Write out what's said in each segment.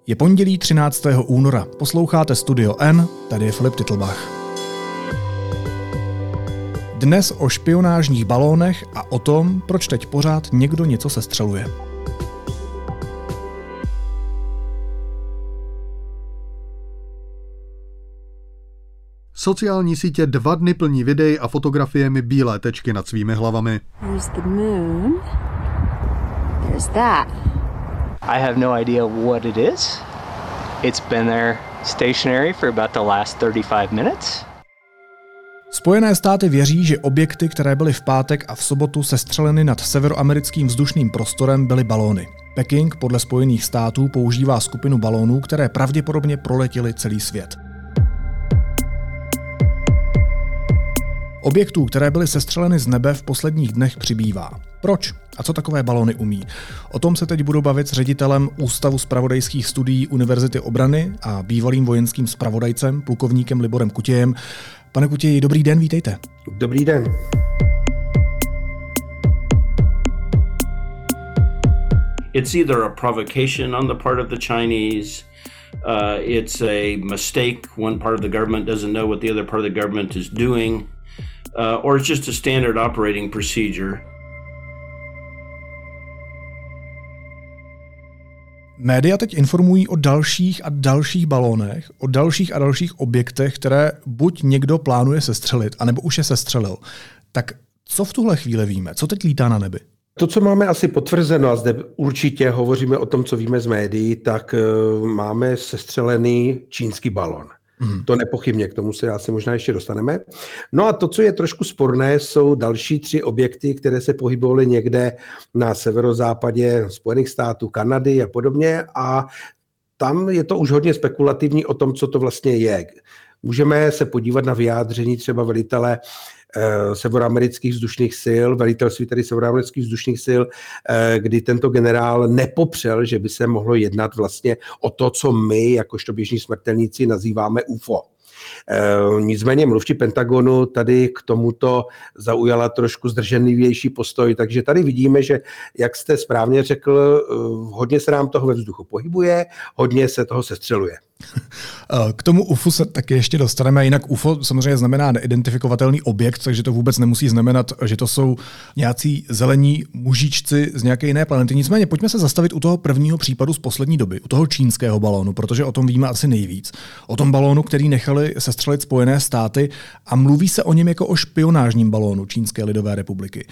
Je pondělí 13. února. Posloucháte Studio N, tady je Filip Titlbach. Dnes o špionážních balónech a o tom, proč teď pořád někdo něco sestřeluje. Sociální sítě 2 dny plní videí a fotografiemi bílé tečky nad svými hlavami. There's the moon. There's that. I have no idea what it is. It's been there stationary for about the last 35 minutes. Spojené státy věří, že objekty, které byly v pátek a v sobotu sestřeleny nad severoamerickým vzdušným prostorem, byly balóny. Peking podle Spojených států používá skupinu balónů, které pravděpodobně proletěly celý svět. Objektů, které byly sestřeleny z nebe, v posledních dnech přibývá. Proč? A co takové balóny umí? O tom se teď budu bavit s ředitelem Ústavu zpravodajských studií Univerzity obrany a bývalým vojenským zpravodajcem, plukovníkem Liborem Kutějem. Pane Kutěji, dobrý den, vítejte. Dobrý den. It's either a provocation on the part of the Chinese, it's a mistake. One part of the government doesn't know what the other part of the government is doing, or it's just a standard operating procedure. Média teď informují o dalších a dalších balónech, o dalších a dalších objektech, které buď někdo plánuje sestřelit, anebo už je sestřelil. Tak co v tuhle chvíli víme? Co teď lítá na nebi? To, co máme asi potvrzeno, a zde určitě hovoříme o tom, co víme z médií, tak máme sestřelený čínský balon. To nepochybně, k tomu se asi možná ještě dostaneme. No a to, co je trošku sporné, jsou další 3 objekty, které se pohybovaly někde na severozápadě Spojených států, Kanady a podobně, a tam je to už hodně spekulativní o tom, co to vlastně je. Můžeme se podívat na vyjádření třeba velitele severoamerických vzdušných sil, velitelství tedy severoamerických vzdušných sil, kdy tento generál nepopřel, že by se mohlo jednat vlastně o to, co my, jakožto běžní smrtelníci, nazýváme UFO. Nicméně mluvčí Pentagonu tady k tomuto zaujala trošku zdrženlivější postoj, takže tady vidíme, že, jak jste správně řekl, hodně se nám toho ve vzduchu pohybuje, hodně se toho sestřeluje. K tomu UFO se taky ještě dostaneme, jinak UFO samozřejmě znamená neidentifikovatelný objekt, takže to vůbec nemusí znamenat, že to jsou nějací zelení mužičci z nějaké jiné planety. Nicméně pojďme se zastavit u toho prvního případu z poslední doby, u toho čínského balónu, protože o tom víme asi nejvíc. O tom balónu, který nechali sestřelit Spojené státy, a mluví se o něm jako o špionážním balónu Čínské lidové republiky.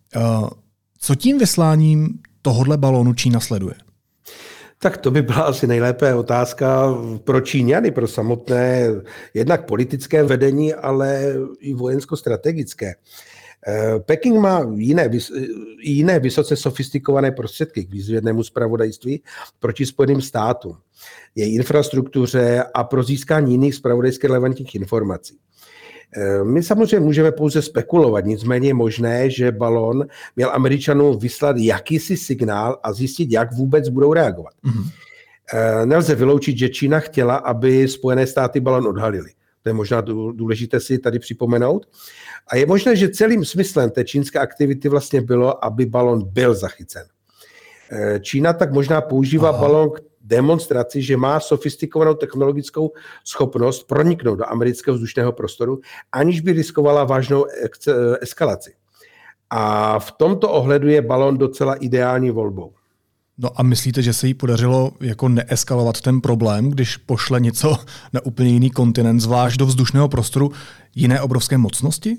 Co tím vysláním tohodle balónu Čína sleduje? Tak to by byla asi nejlépe otázka pro Číňany, pro samotné jednak politické vedení, ale i vojensko-strategické. Peking má jiné vysoce sofistikované prostředky k výzvědnému zpravodajství proti Spojeným státům, její infrastruktuře a pro získání jiných zpravodajsky relevantních informací. My samozřejmě můžeme pouze spekulovat, nicméně je možné, že balon měl Američanům vyslat jakýsi signál a zjistit, jak vůbec budou reagovat. Nelze vyloučit, že Čína chtěla, aby Spojené státy balon odhalily. To je možná důležité si tady připomenout. A je možné, že celým smyslem té čínské aktivity vlastně bylo, aby balon byl zachycen. Čína tak možná používá balon k demonstraci, že má sofistikovanou technologickou schopnost proniknout do amerického vzdušného prostoru, aniž by riskovala vážnou eskalaci. A v tomto ohledu je balon docela ideální volbou. No a myslíte, že se jí podařilo jako neeskalovat ten problém, když pošle něco na úplně jiný kontinent, zvlášť do vzdušného prostoru jiné obrovské mocnosti?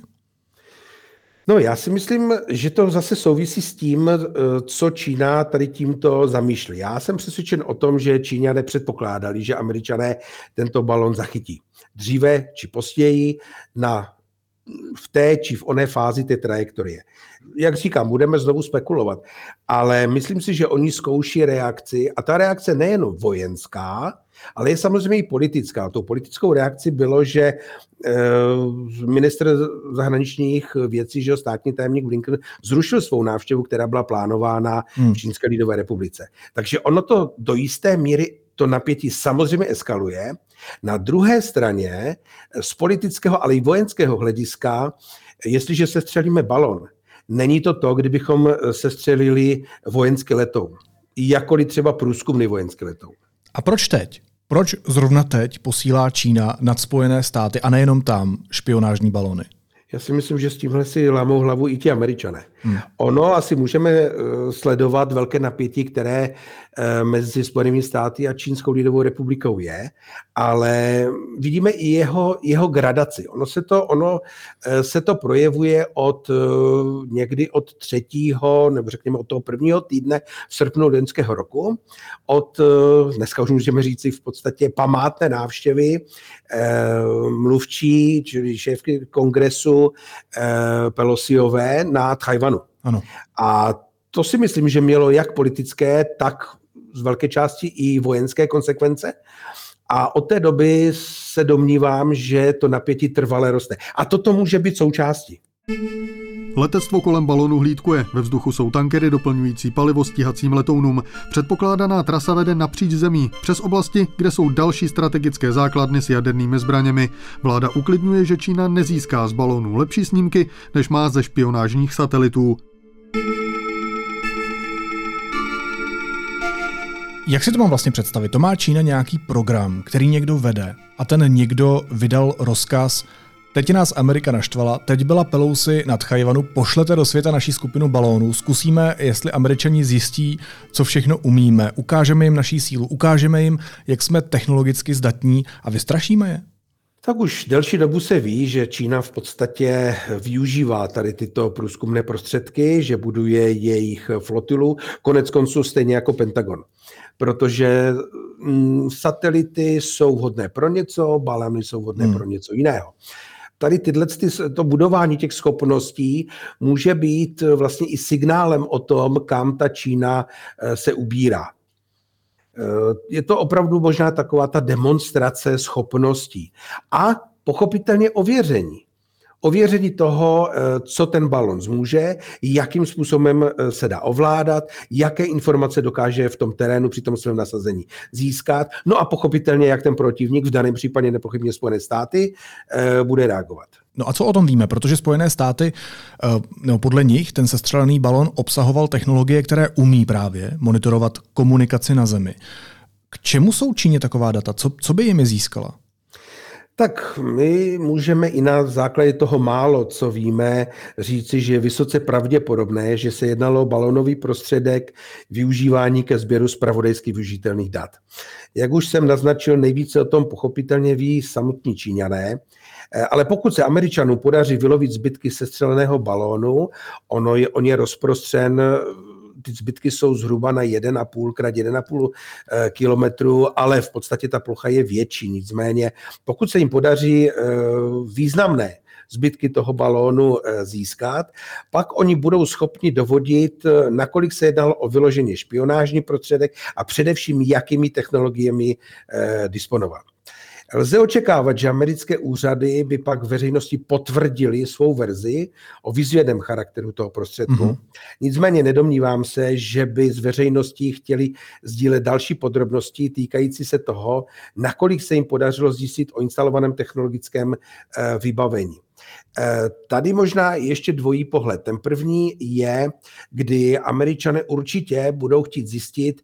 No, já si myslím, že to zase souvisí s tím, co Čína tady tímto zamýšlí. Já jsem přesvědčen o tom, že Číňané předpokládali, že Američané tento balon zachytí. Dříve či později v té či v oné fázi té trajektorie. Jak říkám, budeme znovu spekulovat, ale myslím si, že oni zkouší reakci a ta reakce nejen vojenská, ale je samozřejmě i politická. Tou politickou reakcí bylo, že ministr zahraničních věcí, že státní tajemník Blinken zrušil svou návštěvu, která byla plánována v Čínské lidové republice. Takže ono to do jisté míry to napětí samozřejmě eskaluje. Na druhé straně z politického, ale i vojenského hlediska, jestliže sestřelíme balon, není to, kdybychom sestřelili vojenský letoun. Jakkoliv třeba průzkumný vojenský letoun. A proč teď? Proč zrovna teď posílá Čína nad Spojené státy a nejenom tam špionážní balony? Já si myslím, že s tímhle si lámou hlavu i ti Američané. Ono asi můžeme sledovat velké napětí, které mezi Spojenými státy a Čínskou lidovou republikou je, ale vidíme i jeho gradaci. Ono se to projevuje někdy od 3. nebo řekněme od toho 1. týdne v srpnu loňského roku, dneska už můžeme říci v podstatě památné návštěvy mluvčí, čili šéfky kongresu Pelosiové na Tchaj-wanu. Ano. A to si myslím, že mělo jak politické, tak z velké části i vojenské konsekvence. A od té doby se domnívám, že to napětí trvale roste. A toto může být součástí. Letectvo kolem balonu hlídkuje. Ve vzduchu jsou tankery doplňující palivo stíhacím letounům. Předpokládaná trasa vede napříč zemí, přes oblasti, kde jsou další strategické základny s jadernými zbraněmi. Vláda uklidňuje, že Čína nezíská z balónů lepší snímky, než má ze špionážních satelitů. Jak si to mám vlastně představit? To má Čína nějaký program, který někdo vede a ten někdo vydal rozkaz: teď nás Amerika naštvala, teď byla Pelosi na Tchaj-wanu, pošlete do světa naší skupinu balónů, zkusíme, jestli Američani zjistí, co všechno umíme, ukážeme jim naší sílu, ukážeme jim, jak jsme technologicky zdatní a vystrašíme je? Tak už delší dobu se ví, že Čína v podstatě využívá tady tyto průzkumné prostředky, že buduje jejich flotilu, koneckonců stejně jako Pentagon. Protože satelity jsou vhodné pro něco, balóny jsou vhodné pro něco jiného. Tady to budování těch schopností může být vlastně i signálem o tom, kam ta Čína se ubírá. Je to opravdu možná taková ta demonstrace schopností a pochopitelně ověření toho, co ten balon zmůže, jakým způsobem se dá ovládat, jaké informace dokáže v tom terénu při tom svém nasazení získat, no a pochopitelně, jak ten protivník, v daném případě nepochybně Spojené státy, bude reagovat. No a co o tom víme? Protože Spojené státy, podle nich ten sestřelený balon obsahoval technologie, které umí právě monitorovat komunikaci na Zemi. K čemu jsou Číně taková data? Co by jimi získala? Tak my můžeme i na základě toho málo, co víme, říci, že je vysoce pravděpodobné, že se jednalo o balónový prostředek využívání ke sběru zpravodajsky využitelných dat. Jak už jsem naznačil, nejvíce o tom pochopitelně ví samotní Číňané, ale pokud se Američanům podaří vylovit zbytky sestřeleného balónu, on je rozprostřen, ty zbytky jsou zhruba na 1,5 x 1,5 kilometru, ale v podstatě ta plocha je větší. Nicméně, pokud se jim podaří významné zbytky toho balónu získat, pak oni budou schopni dovodit, nakolik se jednalo o vyloženě špionážní prostředek a především jakými technologiemi disponoval. Lze očekávat, že americké úřady by pak veřejnosti potvrdili svou verzi o vyzvědném charakteru toho prostředku. Nicméně nedomnívám se, že by s veřejností chtěli sdílet další podrobnosti týkající se toho, nakolik se jim podařilo zjistit o instalovaném technologickém vybavení. Tady možná ještě dvojí pohled. Ten první je, kdy Američané určitě budou chtít zjistit,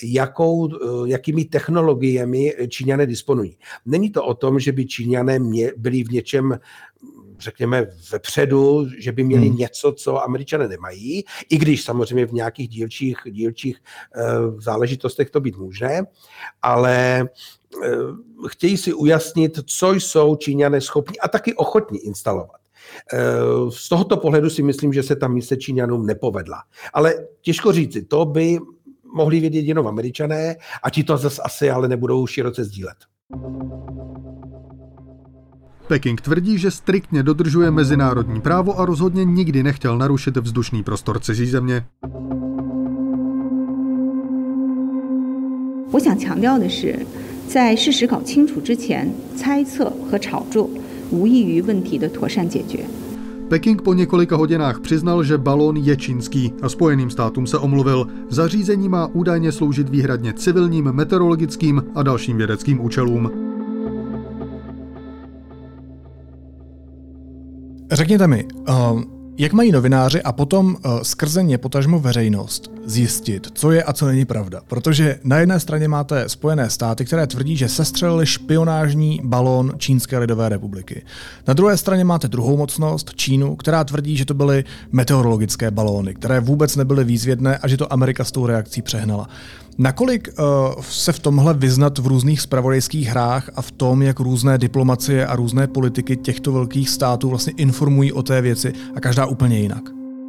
jakými technologiemi Číňané disponují. Není to o tom, že by Číňané byli v něčem, řekněme, vepředu, že by měli něco, co Američané nemají, i když samozřejmě v nějakých dílčích záležitostech to být možné, ale chtějí si ujasnit, co jsou Číňané schopni a taky ochotní instalovat. Z tohoto pohledu si myslím, že se ta mise Číňanům nepovedla. Ale těžko říci, to by mohli vědět jenom Američané a ti to zase asi ale nebudou široce sdílet. Peking tvrdí, že striktně dodržuje mezinárodní právo a rozhodně nikdy nechtěl narušit vzdušný prostor cizí země. 我想强调的是，在事实搞清楚之前，猜测和炒作无异于问题的妥善解决。 Peking po několika hodinách přiznal, že balón je čínský a Spojeným státům se omluvil. Zařízení má údajně sloužit výhradně civilním, meteorologickým a dalším vědeckým účelům. Řekněte mi, jak mají novináři a potom skrze ně potažmo veřejnost zjistit, co je a co není pravda. Protože na jedné straně máte Spojené státy, které tvrdí, že sestřelili špionážní balón Čínské lidové republiky. Na druhé straně máte druhou mocnost, Čínu, která tvrdí, že to byly meteorologické balóny, které vůbec nebyly výzvědné a že to Amerika s tou reakcí přehnala. Nakolik se v tomhle vyznat v různých zpravodajských hrách a v tom, jak různé diplomacie a různé politiky těchto velkých států vlastně informují o té věci a každá úplně jinak?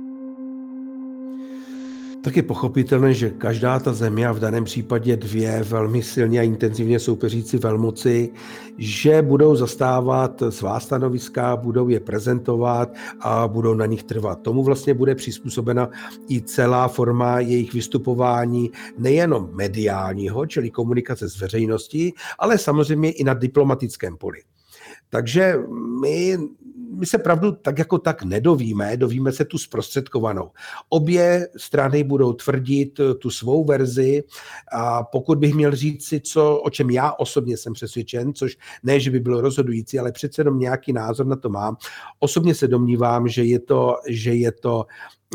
Tak je pochopitelné, že každá ta země, a v daném případě dvě velmi silně a intenzivně soupeřící velmoci, že budou zastávat svá stanoviska, budou je prezentovat a budou na nich trvat. Tomu vlastně bude přizpůsobena i celá forma jejich vystupování, nejenom mediálního, čili komunikace s veřejností, ale samozřejmě i na diplomatickém poli. Takže my se pravdu tak jako tak dovíme se tu zprostředkovanou. Obě strany budou tvrdit tu svou verzi a pokud bych měl říct si, o čem já osobně jsem přesvědčen, což ne, že by bylo rozhodující, ale přece jenom nějaký názor na to mám, osobně se domnívám, že je to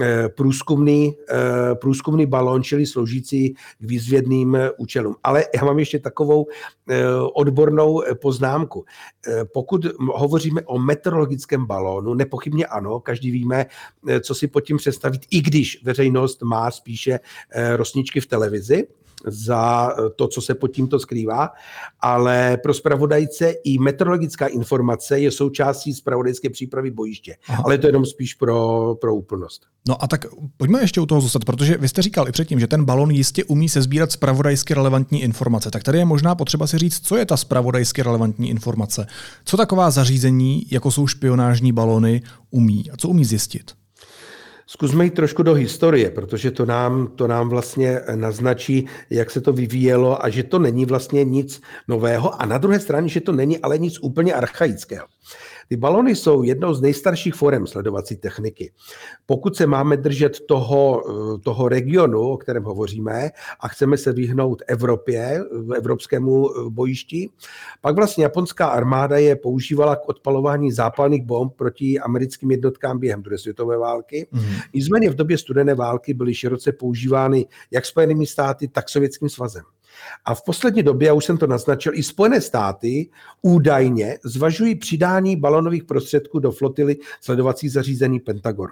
průzkumný balón, čili sloužící k výzvědným účelům. Ale já mám ještě takovou odbornou poznámku. Pokud hovoříme o meteorologickém balónu, nepochybně ano, každý víme, co si pod tím představit, i když veřejnost má spíše rosničky v televizi za to, co se pod tímto skrývá, ale pro zpravodajce i meteorologická informace je součástí zpravodajské přípravy bojiště. Aha. Ale to je jenom spíš pro úplnost. No a tak pojďme ještě u toho zůstat, protože vy jste říkal i předtím, že ten balon jistě umí sesbírat zpravodajsky relevantní informace. Tak tady je možná potřeba si říct, co je ta zpravodajsky relevantní informace. Co taková zařízení, jako jsou špionážní balony, umí a co umí zjistit? Zkusme jít trošku do historie, protože to nám vlastně naznačí, jak se to vyvíjelo a že to není vlastně nic nového a na druhé straně, že to není ale nic úplně archaického. Ty balony jsou jednou z nejstarších forem sledovací techniky. Pokud se máme držet toho regionu, o kterém hovoříme, a chceme se vyhnout Evropě, evropskému bojišti, pak vlastně japonská armáda je používala k odpalování zápalných bomb proti americkým jednotkám během druhé světové války. Nicméně v době studené války byly široce používány jak Spojenými státy, tak Sovětským svazem. A v poslední době, já už jsem to naznačil, i Spojené státy údajně zvažují přidání balonových prostředků do flotily sledovacích zařízení Pentagonu.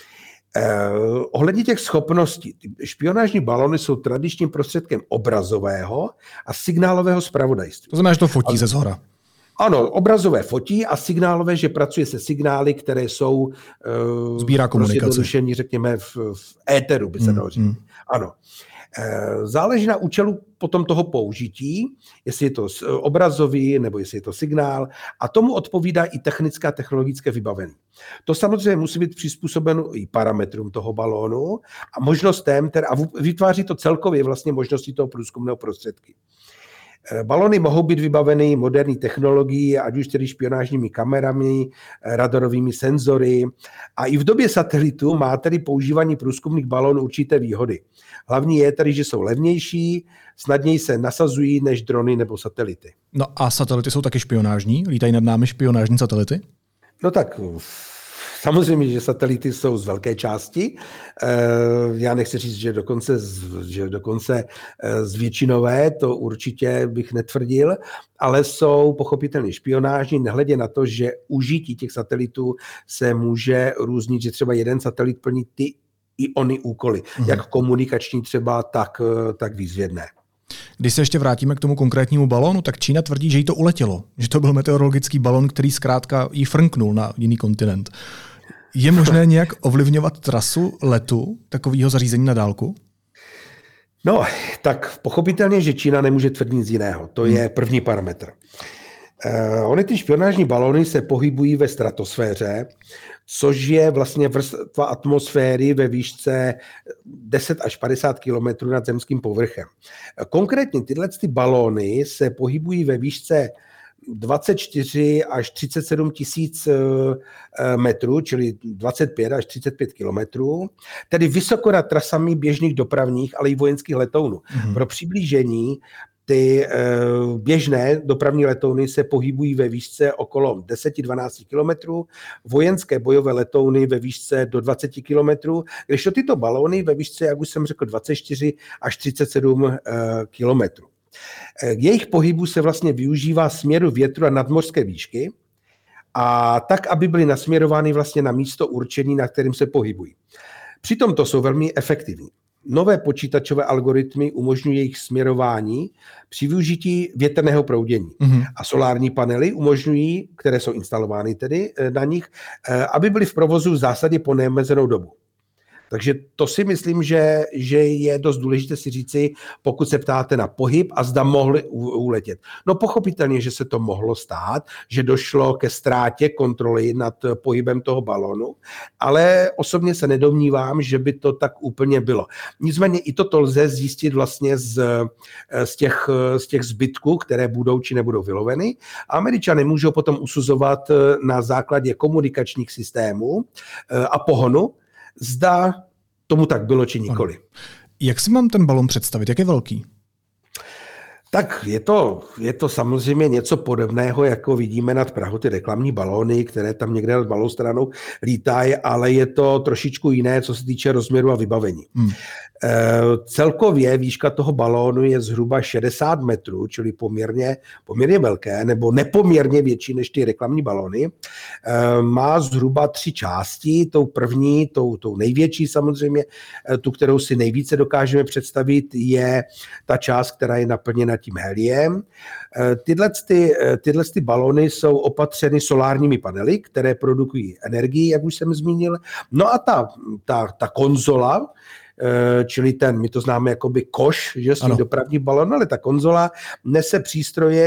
Ohledně těch schopností, špionážní balony jsou tradičním prostředkem obrazového a signálového zpravodajství. To znamená, že to fotí ze zhora. Ano, obrazové fotí a signálové, že pracuje se signály, které jsou sbírá komunikaci. Prostě řekněme v éteru, by se dalo říct. Ano. Záleží na účelu potom toho použití, jestli je to obrazový nebo jestli je to signál a tomu odpovídá i technické a technologické vybavení. To samozřejmě musí být přizpůsobeno i parametrům toho balónu a možnostem, a vytváří to celkově vlastně možnosti toho průzkumného prostředky. Balony mohou být vybaveny moderní technologií, ať už tedy špionážními kamerami, radarovými senzory. A i v době satelitu má tedy používání průzkumných balonů určité výhody. Hlavní je tedy, že jsou levnější, snadněji se nasazují než drony nebo satelity. No a satelity jsou taky špionážní? Lítají nad námi špionážní satelity? No tak samozřejmě, že satelity jsou z velké části. Já nechci říct, že dokonce zvětšinové, to určitě bych netvrdil, ale jsou pochopitelně špionážní, nehledě na to, že užití těch satelitů se může různit, že třeba jeden satelit plní ty i ony úkoly, jak komunikační třeba, tak výzvědné. Když se ještě vrátíme k tomu konkrétnímu balónu, tak Čína tvrdí, že jí to uletělo, že to byl meteorologický balon, který zkrátka jí frnknul na jiný kontinent. Je možné nějak ovlivňovat trasu letu takového zařízení na dálku? No, tak pochopitelně, že Čína nemůže tvrdit nic jiného. To je první parametr. Ony ty špionážní balony se pohybují ve stratosféře, což je vlastně vrstva atmosféry ve výšce 10 až 50 km nad zemským povrchem. Konkrétně tyhle balóny se pohybují ve výšce 24 až 37 tisíc metrů, čili 25 až 35 kilometrů, tedy vysoko nad trasami běžných dopravních, ale i vojenských letounů. Pro přiblížení Ty běžné dopravní letouny se pohybují ve výšce okolo 10-12 kilometrů, vojenské bojové letouny ve výšce do 20 kilometrů, kdežto tyto balóny ve výšce, jak už jsem řekl, 24 až 37 kilometrů. K jejich pohybu se vlastně využívá směru větru a nadmořské výšky, a tak, aby byly nasměrovány vlastně na místo určení, na kterým se pohybují. Přitom to jsou velmi efektivní. Nové počítačové algoritmy umožňují jejich směrování při využití větrného proudění. A solární panely umožňují, které jsou instalovány tedy na nich, aby byly v provozu v zásadě po neomezenou dobu. Takže to si myslím, že je dost důležité si říci, pokud se ptáte na pohyb a zda mohli uletět. No pochopitelně, že se to mohlo stát, že došlo ke ztrátě kontroly nad pohybem toho balónu, ale osobně se nedomnívám, že by to tak úplně bylo. Nicméně i toto lze zjistit vlastně z těch zbytků, které budou či nebudou vyloveny. Američané můžou potom usuzovat na základě komunikačních systémů a pohonu, zda tomu tak bylo, či nikoli. Jak si mám ten balon představit? Jak je velký? Tak je to samozřejmě něco podobného, jako vidíme nad Prahou ty reklamní balóny, které tam někde nad balóstranou lítají, ale je to trošičku jiné, co se týče rozměru a vybavení. Celkově výška toho balónu je zhruba 60 metrů, čili poměrně velké, nebo nepoměrně větší než ty reklamní balóny. Má zhruba 3 části. Tou první, tou největší samozřejmě, tu, kterou si nejvíce dokážeme představit, je ta část, která je naplněna tím heliem. Tyhle balóny jsou opatřeny solárními panely, které produkují energii, jak už jsem zmínil. No a ta konzola, čili my to známe jakoby koš, že svůj dopravní balon, ale ta konzola nese přístroje,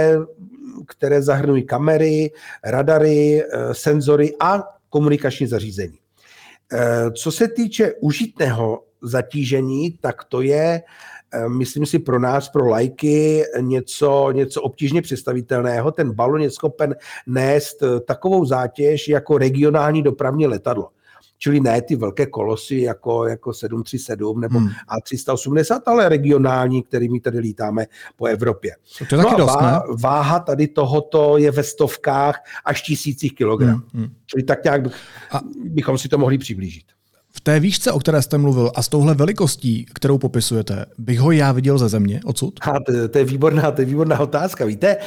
které zahrnují kamery, radary, senzory a komunikační zařízení. Co se týče užitného zatížení, tak to je, myslím si, pro nás, pro laiky, něco obtížně představitelného. Ten balon je schopen nést takovou zátěž jako regionální dopravní letadlo. Čili ne ty velké kolosy jako 737 nebo A380, ale regionální, kterými tady lítáme po Evropě. To je taky dost, ne? Váha tady tohoto je ve stovkách až 1000 kilogramů. Čili tak nějak bychom si to mohli přiblížit. V té výšce, o které jste mluvil, a s touhle velikostí, kterou popisujete, bych ho já viděl ze Země odsud? To je výborná otázka. Víte,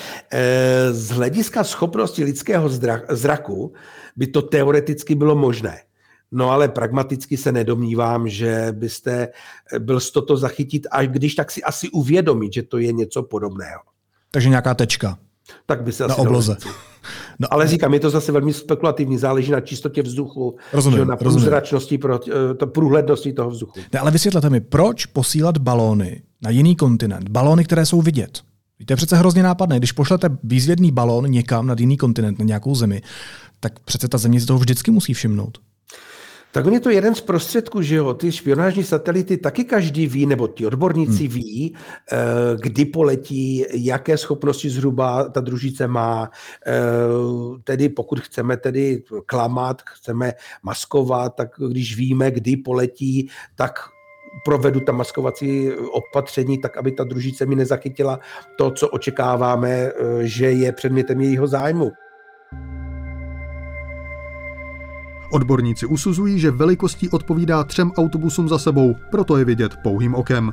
z hlediska schopnosti lidského zraku by to teoreticky bylo možné. No ale pragmaticky se nedomnívám, že byste byl z toto zachytit, až když tak si asi uvědomit, že to je něco podobného. Takže nějaká tečka. Tak by se na asi obloze. No, ale říkám, je to zase velmi spekulativní, záleží na čistotě vzduchu, na průzračnosti, průhlednosti toho vzduchu. Ne, ale vysvětlete mi, proč posílat balóny na jiný kontinent? Balóny, které jsou vidět. To je přece hrozně nápadné. Když pošlete výzvědný balón někam na jiný kontinent, na nějakou zemi, tak přece ta země si toho vždycky musí všimnout. Tak on je to jeden z prostředků, že jo, ty špionážní satelity taky každý ví, nebo ty odborníci ví, kdy poletí, jaké schopnosti zhruba ta družice má, tedy pokud chceme tedy klamat, chceme maskovat, tak když víme, kdy poletí, tak provedu ta maskovací opatření, tak aby ta družice mi nezachytila to, co očekáváme, že je předmětem jejího zájmu. Odborníci usuzují, že velikostí odpovídá 3 autobusům za sebou, proto je vidět pouhým okem.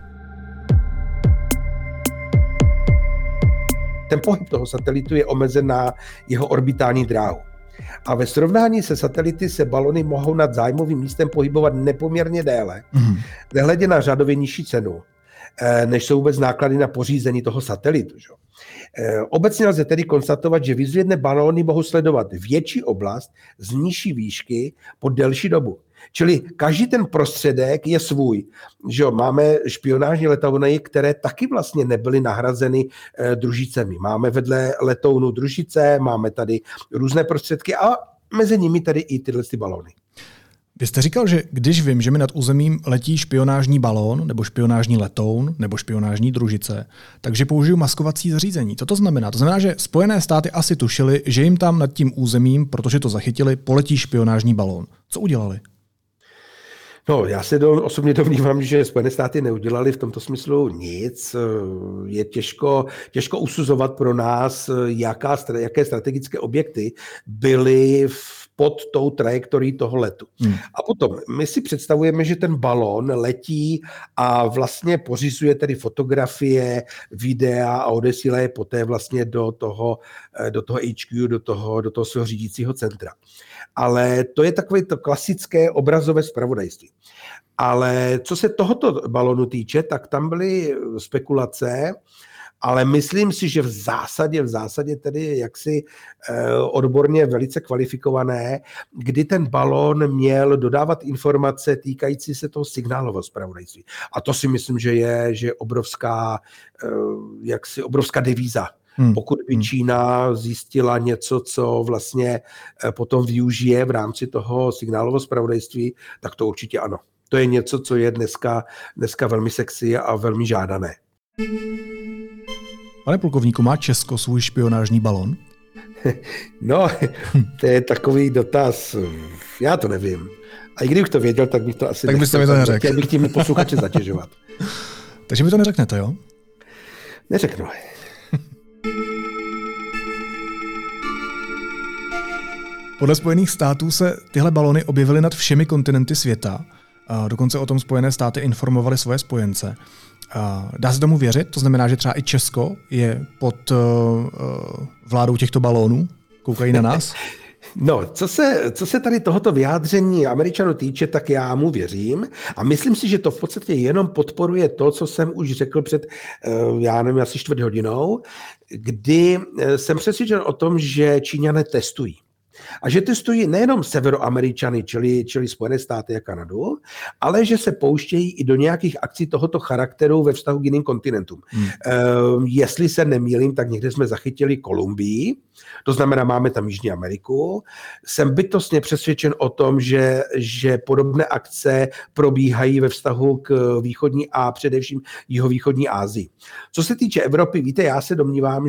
Ten pohyb toho satelitu je omezen na jeho orbitální dráhu. A ve srovnání se satelity se balony mohou nad zájmovým místem pohybovat nepoměrně déle, nehledě na řadově nižší cenu, než jsou vůbec náklady na pořízení toho satelitu. Že? Obecně lze tedy konstatovat, že výzvědné balóny mohou sledovat větší oblast z nižší výšky po delší dobu. Čili každý ten prostředek je svůj. Že máme špionážní letouny, které taky vlastně nebyly nahrazeny družicemi. Máme vedle letounů družice, máme tady různé prostředky a mezi nimi tady i tyhle balóny. Vy jste říkal, že když vím, že mi nad územím letí špionážní balón, nebo špionážní letoun, nebo špionážní družice, takže použiju maskovací zařízení. Co to znamená? To znamená, že Spojené státy asi tušili, že jim tam nad tím územím, protože to zachytili, poletí špionážní balón. Co udělali? No, já se osobně domnívám, že Spojené státy neudělali v tomto smyslu nic. Je těžko usuzovat pro nás, jaké strategické objekty byly pod tou trajektorií toho letu. A potom my si představujeme, že ten balón letí a vlastně pořizuje tedy fotografie, videa a odesílá je poté vlastně do toho HQ, do toho svého řídícího centra. Ale to je takové to klasické obrazové zpravodajství. Ale co se tohoto balonu týče, tak tam byly spekulace, ale myslím si, že v zásadě tedy jaksi odborně velice kvalifikované, kdy ten balón měl dodávat informace týkající se toho signálového zpravodajství. A to si myslím, že je obrovská devíza. Pokud by Čína zjistila něco, co vlastně potom využije v rámci toho signálového zpravodajství, tak to určitě ano. To je něco, co je dneska velmi sexy a velmi žádané. Pane plukovníku, má Česko svůj špionážní balon? No, to je takový dotaz. Já to nevím. A i kdybych to věděl, tak bych to asi... Tak byste mi to neřekl. Chtěl bych tím posluchače zatěžovat. Takže mi to neřeknete, jo? Neřeknu. Podle Spojených států se tyhle balony objevily nad všemi kontinenty světa. Dokonce o tom Spojené státy informovaly svoje spojence. Dá se tomu věřit? To znamená, že třeba i Česko je pod vládou těchto balónů? Koukají na nás? No, co se tady tohoto vyjádření Američanů týče, tak já mu věřím a myslím si, že to v podstatě jenom podporuje to, co jsem už řekl před, já nevím, asi 4 hodinou, kdy jsem přesvědčen o tom, že Číňané testují. A že testují nejenom Severoameričany, čili Spojené státy a Kanadu, ale že se pouštějí i do nějakých akcí tohoto charakteru ve vztahu k jiným kontinentům. Jestli se nemýlím, tak někde jsme zachytili Kolumbii, to znamená, máme tam Jižní Ameriku. Jsem bytostně přesvědčen o tom, že podobné akce probíhají ve vztahu k východní a především jihovýchodní Asii. Co se týče Evropy, víte, já se domnívám,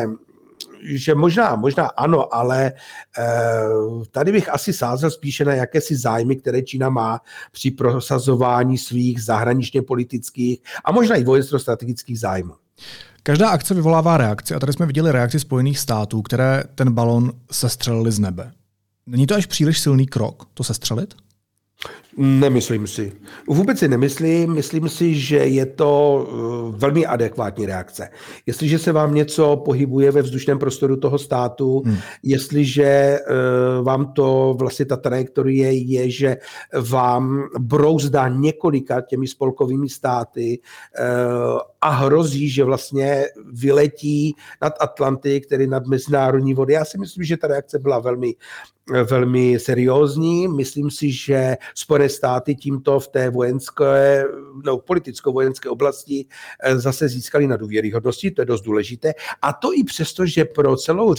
že možná ano, ale tady bych asi sázel spíše na jakési zájmy, které Čína má při prosazování svých zahraničně politických a možná i vojensko-strategických zájmů. Každá akce vyvolává reakci a tady jsme viděli reakci Spojených států, které ten balon sestřelili z nebe. Není to až příliš silný krok, to sestřelit? Nemyslím si. Vůbec si nemyslím. Myslím si, že je to velmi adekvátní reakce. Jestliže se vám něco pohybuje ve vzdušném prostoru toho státu, jestliže vám to vlastně ta trajektorie je, že vám brouzdá několika těmi spolkovými státy a hrozí, že vlastně vyletí nad Atlantik, tedy nad mezinárodní vody. Já si myslím, že ta reakce byla velmi seriózní. Myslím si, že Spojené státy tímto v té politicko-vojenské oblasti zase získali na důvěryhodnosti, to je dost důležité. A to i přesto, že pro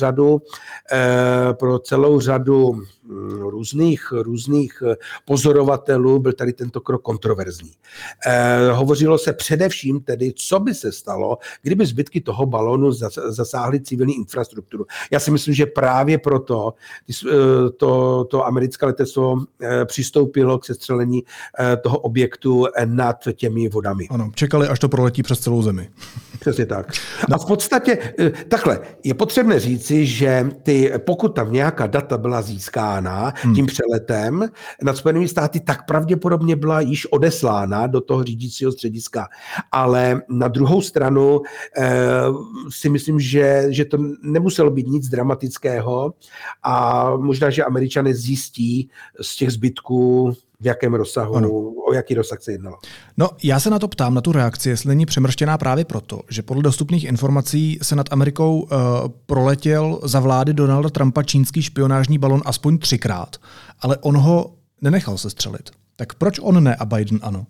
celou řadu různých pozorovatelů byl tady tento krok kontroverzní. Hovořilo se především tedy, co by se stalo, kdyby zbytky toho balónu zasáhly civilní infrastrukturu. Já si myslím, že právě proto to americké letectvo přistoupilo k sestřelení toho objektu nad těmi vodami. Ano, čekali, až to proletí přes celou zemi. Přesně tak. A v podstatě takhle, je potřebné říci, že pokud tam nějaká data byla získána tím přeletem nad Spojenými státy, tak pravděpodobně byla již odeslána do toho řídícího střediska. Ale na druhou stranu si myslím, že to nemuselo být nic dramatického a možná, že Američané zjistí z těch zbytků, v jakém rozsahu, o jaký rozsah se jednalo. No, já se na to ptám, na tu reakci, jestli není přemrštěná právě proto, že podle dostupných informací se nad Amerikou proletěl za vlády Donalda Trumpa čínský špionážní balon aspoň 3krát, ale on ho nenechal sestřelit. Tak proč on ne a Biden ano?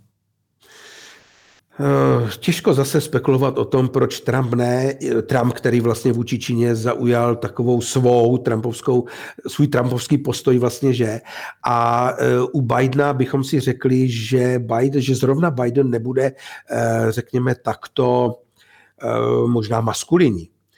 Těžko zase spekulovat o tom, proč Trump ne. Trump, který vlastně vůči Číně zaujal takovou svůj trumpovský postoj vlastně, že. A u Bidena bychom si řekli, že zrovna Biden nebude, řekněme takto, možná maskulinní.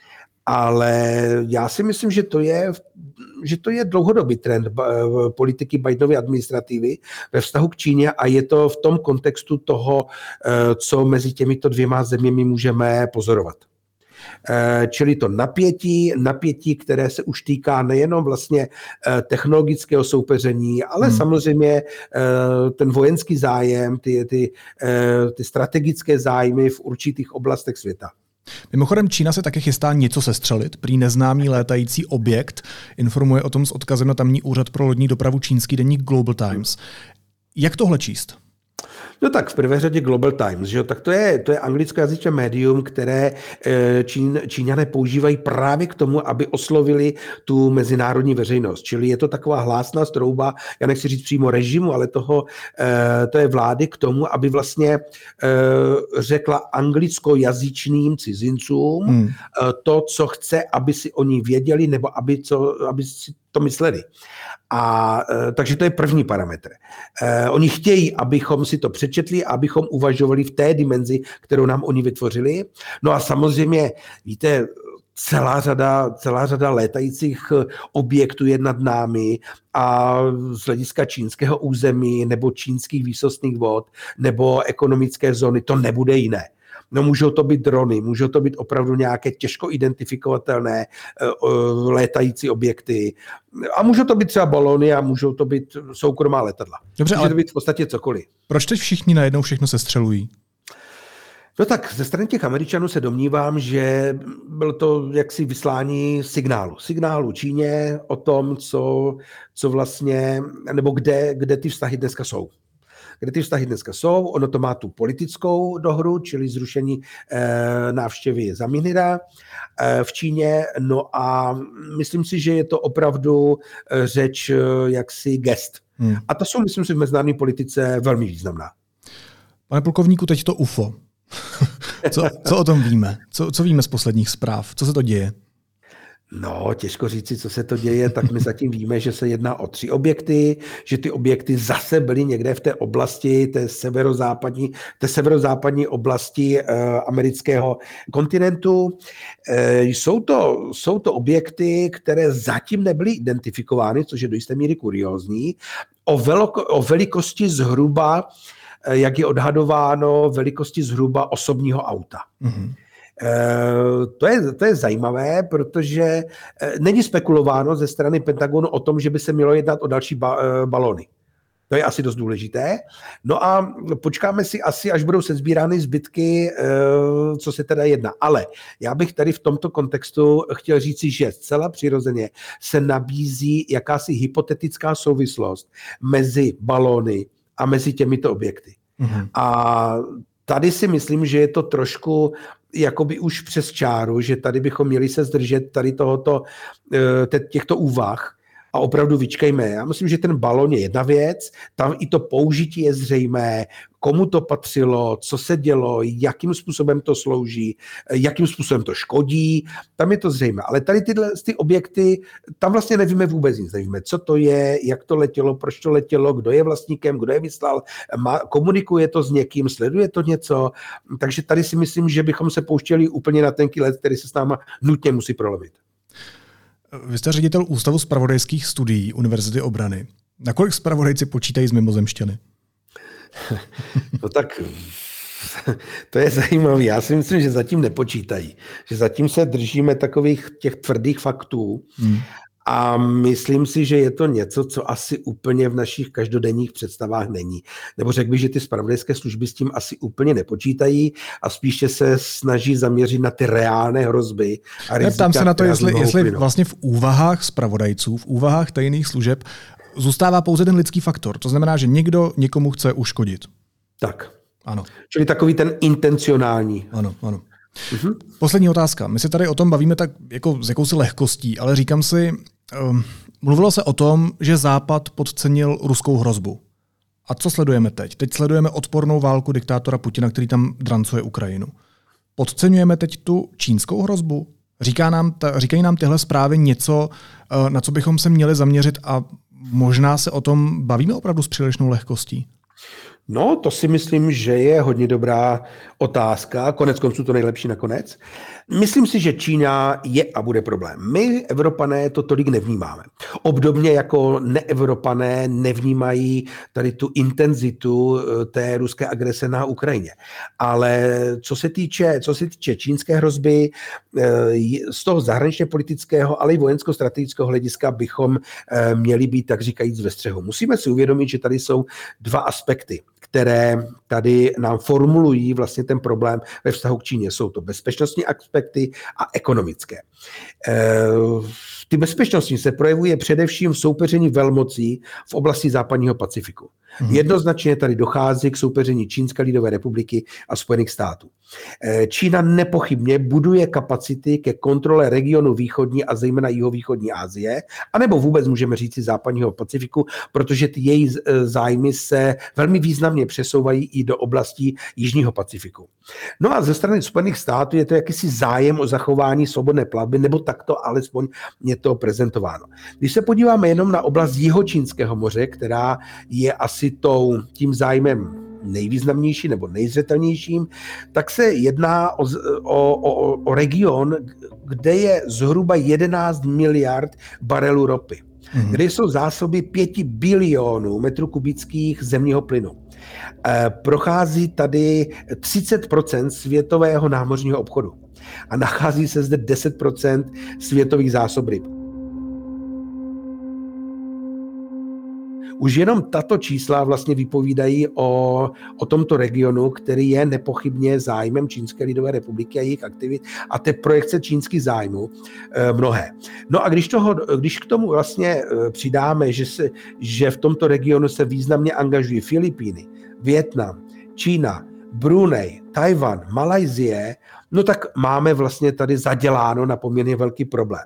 Ale já si myslím, že to je dlouhodobý trend politiky Bidenovy administrativy ve vztahu k Číně a je to v tom kontextu toho, co mezi těmito dvěma zeměmi můžeme pozorovat. Čili to napětí, které se už týká nejenom vlastně technologického soupeření, ale samozřejmě ten vojenský zájem, ty strategické zájmy v určitých oblastech světa. Mimochodem Čína se také chystá něco sestřelit, prý neznámý létající objekt, informuje o tom s odkazem na tamní úřad pro lodní dopravu čínský deník Global Times. Jak tohle číst? No tak v prvé řadě Global Times, že jo? Tak to je anglickojazyčné médium, které Číňané používají právě k tomu, aby oslovili tu mezinárodní veřejnost. Čili je to taková hlásná strouba, já nechci říct přímo režimu, ale to je vlády k tomu, aby vlastně řekla anglickojazyčným cizincům to, co chce, aby si oni věděli, nebo aby si to mysleli. Takže to je první parametr. Oni chtějí, abychom si to přečetli a abychom uvažovali v té dimenzi, kterou nám oni vytvořili. No a samozřejmě, víte, celá řada létajících objektů je nad námi a z hlediska čínského území nebo čínských výsostných vod nebo ekonomické zóny to nebude jiné. No můžou to být drony, můžou to být opravdu nějaké těžko identifikovatelné létající objekty a můžou to být třeba balony a můžou to být soukromá letadla. Dobře, může to být v podstatě cokoliv. Proč teď všichni najednou všechno sestřelují? No tak ze strany těch Američanů se domnívám, že bylo to jaksi vyslání signálu Číně o tom, co vlastně, nebo kde ty vztahy dneska jsou. Ono to má tu politickou dohru, čili zrušení návštěvy Zaminida v Číně. No a myslím si, že je to opravdu řeč jaksi gest. A to jsou, myslím si, v mezinárodní politice velmi významná. Pane plukovníku, teď to UFO. Co o tom víme? Co víme z posledních zpráv? Co se to děje? No, těžko říci, co se to děje, tak my zatím víme, že se jedná o 3 objekty, že ty objekty zase byly někde v té oblasti, té severozápadní oblasti amerického kontinentu. Jsou to objekty, které zatím nebyly identifikovány, což je do jisté míry kuriózní, o velikosti zhruba, jak je odhadováno, velikosti zhruba osobního auta. Mm-hmm. To je zajímavé, protože není spekulováno ze strany Pentagonu o tom, že by se mělo jednat o další balony. To je asi dost důležité. No a počkáme si asi, až budou sesbírány zbytky, co se teda jedná. Ale já bych tady v tomto kontextu chtěl říci, že zcela přirozeně se nabízí jakási hypotetická souvislost mezi balony a mezi těmito objekty. Mm-hmm. A tady si myslím, že je to trošku jakoby už přes čáru, že tady bychom měli se zdržet tady těchto úvah a opravdu vyčkejme. Já myslím, že ten balon je jedna věc, tam i to použití je zřejmé, komu to patřilo, co se dělo, jakým způsobem to slouží, jakým způsobem to škodí, tam je to zřejmé. Ale tady ty objekty, tam vlastně nevíme vůbec nic. Nevíme, co to je, jak to letělo, proč to letělo, kdo je vlastníkem, kdo je vyslal, komunikuje to s někým, sleduje to něco. Takže tady si myslím, že bychom se pouštěli úplně na tenký led, který se s náma nutně musí prolomit. Vy jste ředitel Ústavu zpravodajských studií Univerzity obrany. Nakolik zpravodajci počítají s mimozemšťany? No tak to je zajímavé. Já si myslím, že zatím nepočítají. Že zatím se držíme takových těch tvrdých faktů a myslím si, že je to něco, co asi úplně v našich každodenních představách není. Nebo řekl bych, že ty zpravodajské služby s tím asi úplně nepočítají a spíše se snaží zaměřit na ty reálné hrozby a rizika. Ptám se na to, jestli vlastně v úvahách zpravodajců, v úvahách tajných služeb zůstává pouze ten lidský faktor. To znamená, že někdo někomu chce uškodit. Tak. Ano. Čili takový ten intencionální. Ano. Mhm. Poslední otázka. My se tady o tom bavíme tak jako s jakousi lehkostí, ale říkám si, mluvilo se o tom, že Západ podcenil ruskou hrozbu. A co sledujeme teď? Teď sledujeme odpornou válku diktátora Putina, který tam drancuje Ukrajinu. Podceňujeme teď tu čínskou hrozbu? Říkají nám tyhle zprávy něco, na co bychom se měli zaměřit a možná se o tom bavíme opravdu s přílišnou lehkostí? No, to si myslím, že je hodně dobrá otázka. Konec konců to nejlepší nakonec. Myslím si, že Čína je a bude problém. My, Evropané, to tolik nevnímáme. Obdobně jako neevropané nevnímají tady tu intenzitu té ruské agrese na Ukrajině. Ale co se týče čínské hrozby, z toho zahraničně politického, ale i vojensko-strategického hlediska bychom měli být, tak říkajíc, ve střehu. Musíme si uvědomit, že tady jsou dva aspekty, které tady nám formulují vlastně ten problém ve vztahu k Číně. Jsou to bezpečnostní aspekty a ekonomické. Ty bezpečnostní se projevuje především v soupeření velmocí v oblasti západního Pacifiku. Jednoznačně tady dochází k soupeření Čínské lidové republiky a Spojených států. Čína nepochybně buduje kapacity ke kontrole regionu východní a zejména jihovýchodní Asie, anebo vůbec můžeme říct západního Pacifiku, protože ty její zájmy se velmi významně přesouvají i do oblastí jižního Pacifiku. No a ze strany Spojených států je to jakýsi zájem o zachování svobodné plavby, nebo takto alespoň je to prezentováno. Když se podíváme jenom na oblast Jihočínského moře, která je asi tím zájmem nejvýznamnější nebo nejzřetelnějším, tak se jedná o region, kde je zhruba 11 miliard barelů ropy, kde jsou zásoby 5 bilionů metrů kubických zemního plynu. Prochází tady 30% světového námořního obchodu a nachází se zde 10% světových zásob ryb. Už jenom tato čísla vlastně vypovídají o tomto regionu, který je nepochybně zájmem Čínské lidové republiky a jejich aktivit a té projekce čínských zájmů mnohé. No a když k tomu vlastně přidáme, že v tomto regionu se významně angažují Filipíny, Vietnam, Čína, Brunei, Tajvan, Malajsie, no tak máme vlastně tady zaděláno na poměrně velký problém.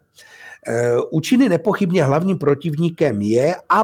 U Číny nepochybně hlavním protivníkem je a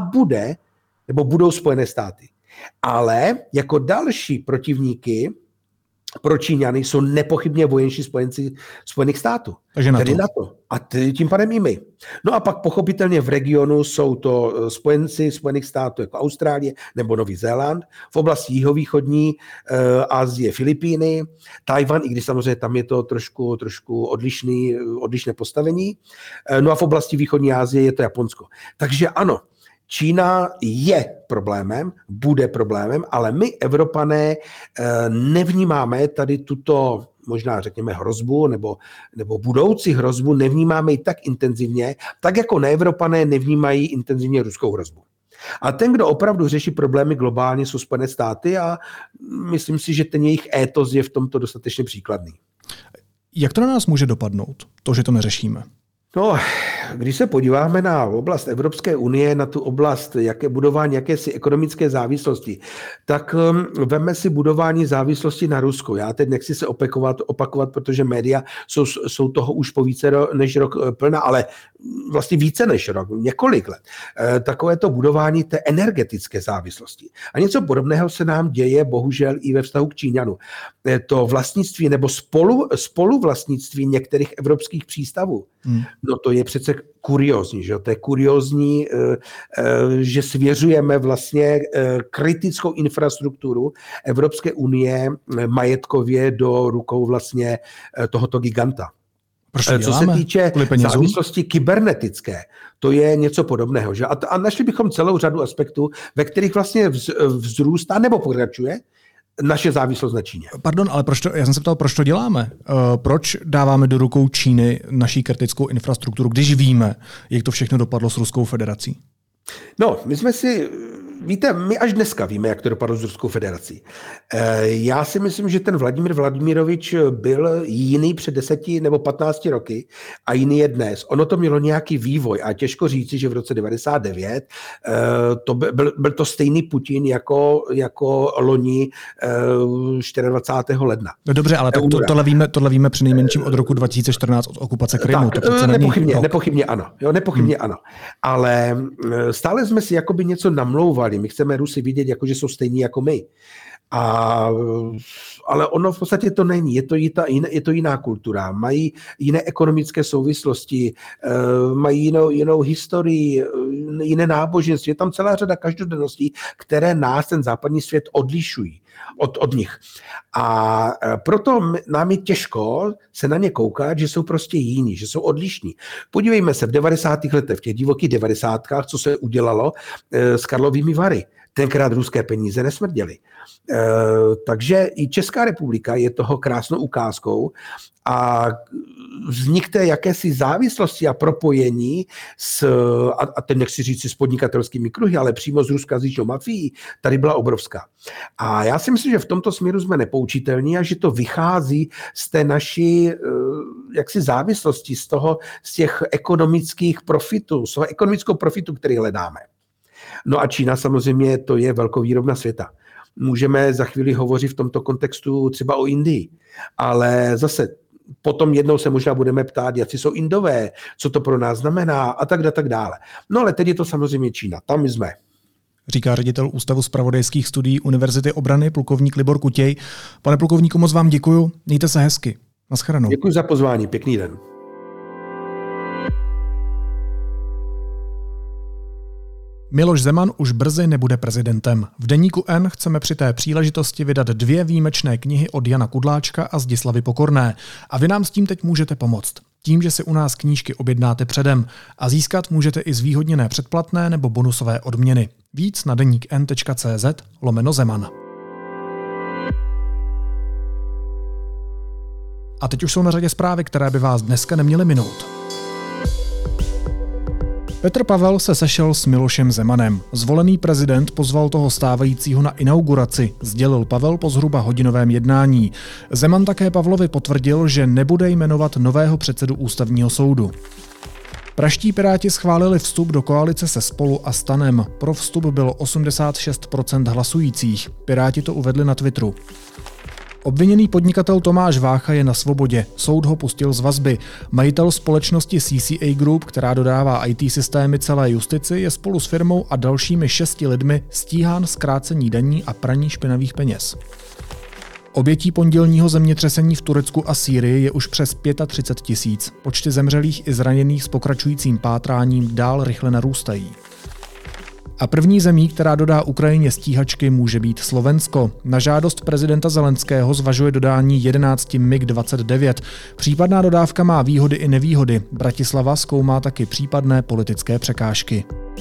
budou Spojené státy. Ale jako další protivníky pro Číňany jsou nepochybně vojenští spojenci Spojených států. Takže NATO. A tím pádem i my. No a pak pochopitelně v regionu jsou to spojenci Spojených států jako Austrálie nebo Nový Zéland, v oblasti jihovýchodní Asie Filipíny, Tajvan, i když samozřejmě tam je to trošku odlišné postavení. No a v oblasti východní Asie je to Japonsko. Takže ano, Čína je problémem, bude problémem, ale my, Evropané, nevnímáme tady tuto, možná řekněme, hrozbu nebo budoucí hrozbu, nevnímáme ji tak intenzivně, tak jako neevropané nevnímají intenzivně ruskou hrozbu. A ten, kdo opravdu řeší problémy globálně, jsou Spojené státy a myslím si, že ten jejich étos je v tomto dostatečně příkladný. Jak to na nás může dopadnout, to, že to neřešíme? No, když se podíváme na oblast Evropské unie, na tu oblast budování jakési ekonomické závislosti, tak veme si budování závislosti na Rusku. Já teď nechci se opakovat, protože média jsou toho už po více než rok plná, ale vlastně více než rok, několik let. Takové to budování té energetické závislosti. A něco podobného se nám děje bohužel i ve vztahu k Číňanu. To vlastnictví nebo spoluvlastnictví některých evropských přístavů, no to je přece kuriózní, že? To je kuriózní, že svěřujeme vlastně kritickou infrastrukturu Evropské unie majetkově do rukou vlastně tohoto giganta. Co se týče závislosti kybernetické, to je něco podobného. Že? A našli bychom celou řadu aspektů, ve kterých vlastně vzrůstá nebo pokračuje naše závislost na Číně. Pardon, ale já jsem se ptal, proč to děláme? Proč dáváme do rukou Číny naší kritickou infrastrukturu, když víme, jak to všechno dopadlo s Ruskou federací? No, víte, my až dneska víme, jak to dopadlo s Ruskou federací. Já si myslím, že ten Vladimír Vladimirovič byl jiný před 10 nebo 15 roky a jiný je dnes. Ono to mělo nějaký vývoj a těžko říci, že v roce 99 byl to stejný Putin jako loni 24. ledna. No dobře, ale tohle víme přinejmenším od roku 2014 od okupace Krymu. Tak, nepochybně ano. Ale stále jsme si jakoby něco namlouvali. My chceme Rusy vidět, jako že jsou stejní jako my. Ale ono v podstatě to není, je to jiná kultura, mají jiné ekonomické souvislosti, mají jinou historii, jiné náboženství, je tam celá řada každodenností, které nás, ten západní svět, odlišují od nich. A proto nám je těžko se na ně koukat, že jsou prostě jiní, že jsou odlišní. Podívejme se v 90. letech, v těch divokých 90kách, co se udělalo s Karlovými Vary. Tenkrát ruské peníze nesmrděly. Takže i Česká republika je toho krásnou ukázkou a vznik té jakési závislosti a propojení a teď nechci říct si s podnikatelskými kruhy, ale přímo s ruskojazyčnou mafií, tady byla obrovská. A já si myslím, že v tomto směru jsme nepoučitelní a že to vychází z té naší jaksi závislosti, z těch ekonomických profitů, z toho ekonomického profitu, který hledáme. No a Čína samozřejmě to je velkovýrobna světa. Můžeme za chvíli hovořit v tomto kontextu třeba o Indii, ale zase potom jednou se možná budeme ptát, jací jsou Indové, co to pro nás znamená a tak dále. No ale teď je to samozřejmě Čína, tam my jsme. Říká ředitel Ústavu zpravodajských studií Univerzity obrany plukovník Libor Kutěj. Pane plukovníku, moc vám děkuju, mějte se hezky. Naschledanou. Děkuji za pozvání, pěkný den. Miloš Zeman už brzy nebude prezidentem. V deníku N chceme při té příležitosti vydat 2 výjimečné knihy od Jana Kudláčka a Zdislavy Pokorné. A vy nám s tím teď můžete pomoct. Tím, že si u nás knížky objednáte předem. A získat můžete i zvýhodněné předplatné nebo bonusové odměny. Víc na deníkn.cz/Zeman. A teď už jsou na řadě zprávy, které by vás dneska neměly minout. Petr Pavel se sešel s Milošem Zemanem. Zvolený prezident pozval toho stávajícího na inauguraci, sdělil Pavel po zhruba hodinovém jednání. Zeman také Pavlovi potvrdil, že nebude jmenovat nového předsedu ústavního soudu. Praští Piráti schválili vstup do koalice se Spolu a STANem. Pro vstup bylo 86% hlasujících. Piráti to uvedli na Twitteru. Obviněný podnikatel Tomáš Vácha je na svobodě. Soud ho pustil z vazby. Majitel společnosti CCA Group, která dodává IT systémy celé justici, je spolu s firmou a dalšími 6 lidmi stíhán z krácení daní a praní špinavých peněz. Obětí pondělního zemětřesení v Turecku a Sýrii je už přes 35 000. Počty zemřelých i zraněných s pokračujícím pátráním dál rychle narůstají. A první zemí, která dodá Ukrajině stíhačky, může být Slovensko. Na žádost prezidenta Zelenského zvažuje dodání 11 MiG-29. Případná dodávka má výhody i nevýhody. Bratislava zkoumá taky případné politické překážky.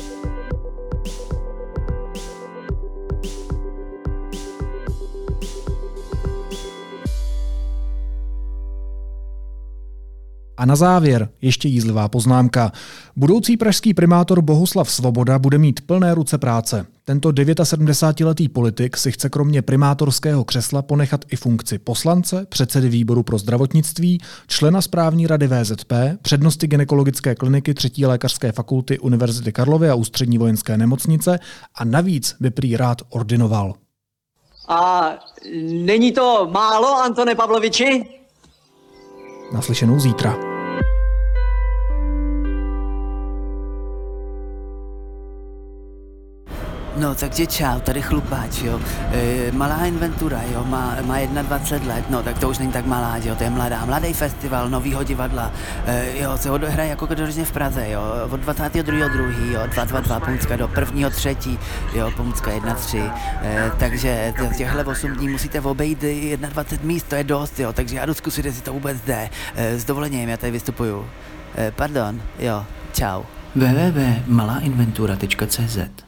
A na závěr ještě jízlivá poznámka. Budoucí pražský primátor Bohuslav Svoboda bude mít plné ruce práce. Tento 79letý politik si chce kromě primátorského křesla ponechat i funkci poslance, předsedy výboru pro zdravotnictví, člena správní rady VZP, přednosty gynekologické kliniky 3. lékařské fakulty Univerzity Karlovy a Ústřední vojenské nemocnice a navíc by prý rád ordinoval. A není to málo, Antone Pavloviči? Naslyšenou zítra. No, takže čau, tady chlupáč, jo. Malá inventura, jo, má 21 let, no, tak to už není tak malá, jo, to je mladý festival novýho divadla, jo, se odehraje jako každoročně v Praze, jo, od 22.2., jo, 222 Pomůcka do 1.3., jo, Pomůcka 1.3, takže těchhle 8 dní musíte obejít 21 míst, to je dost, jo, takže já jdu zkusit, jestli to vůbec jde, s dovolením, já tady vystupuju, pardon, jo, čau. www.malainventura.cz